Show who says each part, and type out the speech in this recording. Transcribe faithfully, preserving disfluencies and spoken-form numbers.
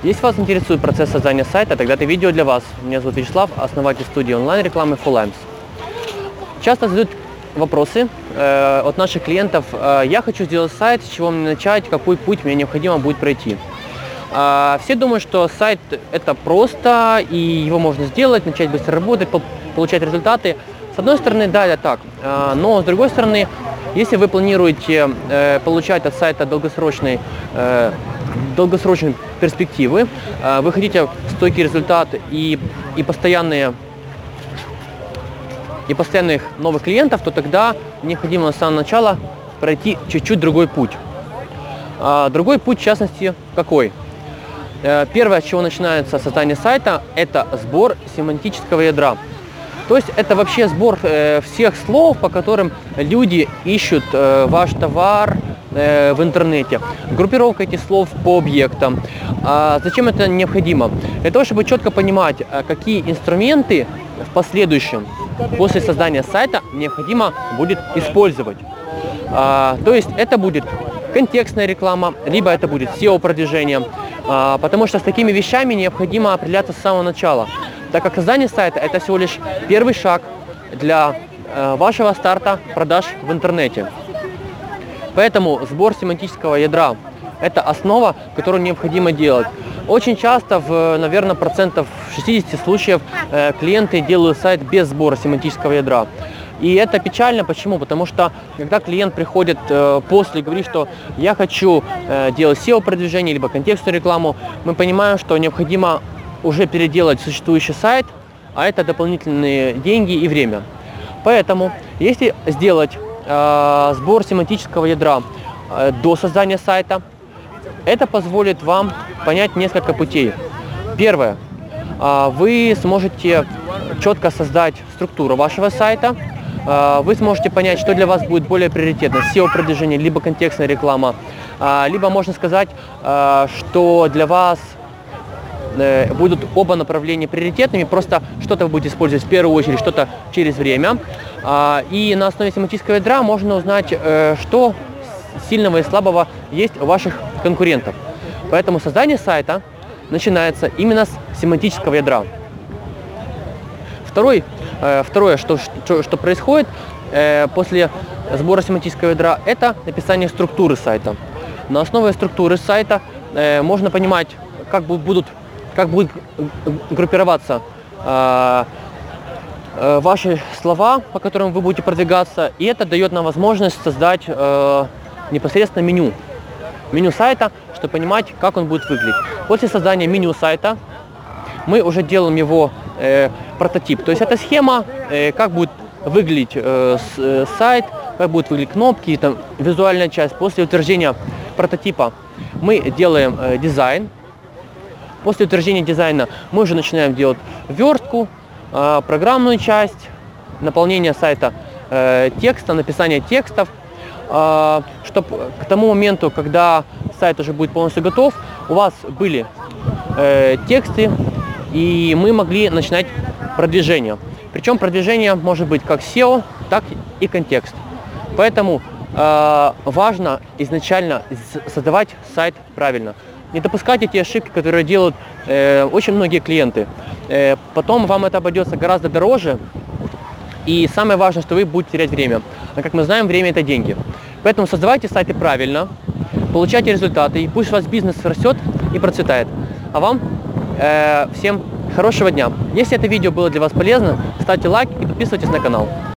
Speaker 1: Если вас интересует процесс создания сайта, тогда это видео для вас. Меня зовут Вячеслав, основатель студии онлайн-рекламы FullAmps. Часто задают вопросы э, от наших клиентов. Э, я хочу сделать сайт, с чего мне начать, какой путь мне необходимо будет пройти. Э, все думают, что сайт это просто, и его можно сделать, начать быстро работать, получать результаты. С одной стороны, да, это так. Э, но с другой стороны, если вы планируете э, получать от сайта долгосрочный э, долгосрочные перспективы, вы хотите стойкий результат и, и, постоянные, и постоянных новых клиентов, то тогда необходимо с самого начала пройти чуть-чуть другой путь. Другой путь, в частности, какой? Первое, с чего начинается создание сайта, это сбор семантического ядра. То есть это вообще сбор всех слов, по которым люди ищут ваш товар в интернете, группировка этих слов по объектам. А зачем это необходимо? Для того, чтобы четко понимать, какие инструменты в последующем, после создания сайта, необходимо будет использовать. А, то есть это будет контекстная реклама, либо это будет сео-продвижение, а, потому что с такими вещами необходимо определяться с самого начала, так как создание сайта это всего лишь первый шаг для а, вашего старта продаж в интернете. Поэтому сбор семантического ядра – это основа, которую необходимо делать. Очень часто, в, наверное, процентов шестьдесят случаев э, клиенты делают сайт без сбора семантического ядра. И это печально. Почему? Потому что, когда клиент приходит э, после и говорит, что я хочу э, делать сео-продвижение, либо контекстную рекламу, мы понимаем, что необходимо уже переделать существующий сайт, а это дополнительные деньги и время. Поэтому, если сделать сбор семантического ядра до создания сайта, это позволит вам понять несколько путей. Первое. Вы сможете четко создать структуру вашего сайта. Вы сможете понять, что для вас будет более приоритетно: сео-продвижение, либо контекстная реклама. Либо можно сказать, что для вас будут оба направления приоритетными, просто что-то вы будете использовать в первую очередь, что-то через время. И на основе семантического ядра можно узнать, что сильного и слабого есть у ваших конкурентов. Поэтому создание сайта начинается именно с семантического ядра. Второй, второе, что, что, что происходит после сбора семантического ядра, это написание структуры сайта. На основе структуры сайта можно понимать, как будут как будут группироваться э, э, ваши слова, по которым вы будете продвигаться, и это дает нам возможность создать э, непосредственно меню. Меню сайта, чтобы понимать, как он будет выглядеть. После создания меню сайта мы уже делаем его э, прототип. То есть это схема, э, как будет выглядеть э, с, сайт, как будут выглядеть кнопки, там, визуальная часть. После утверждения прототипа мы делаем э, дизайн. После утверждения дизайна мы уже начинаем делать верстку, программную часть, наполнение сайта текста, написание текстов, чтобы к тому моменту, когда сайт уже будет полностью готов, у вас были тексты, и мы могли начинать продвижение. Причем продвижение может быть как сео, так и контекст. Поэтому важно изначально создавать сайт правильно. Не допускайте те ошибки, которые делают э, очень многие клиенты. Э, потом вам это обойдется гораздо дороже. И самое важное, что вы будете терять время. А как мы знаем, время – это деньги. Поэтому создавайте сайты правильно, получайте результаты, и пусть ваш бизнес растет и процветает. А вам э, всем хорошего дня. Если это видео было для вас полезно, ставьте лайк и подписывайтесь на канал.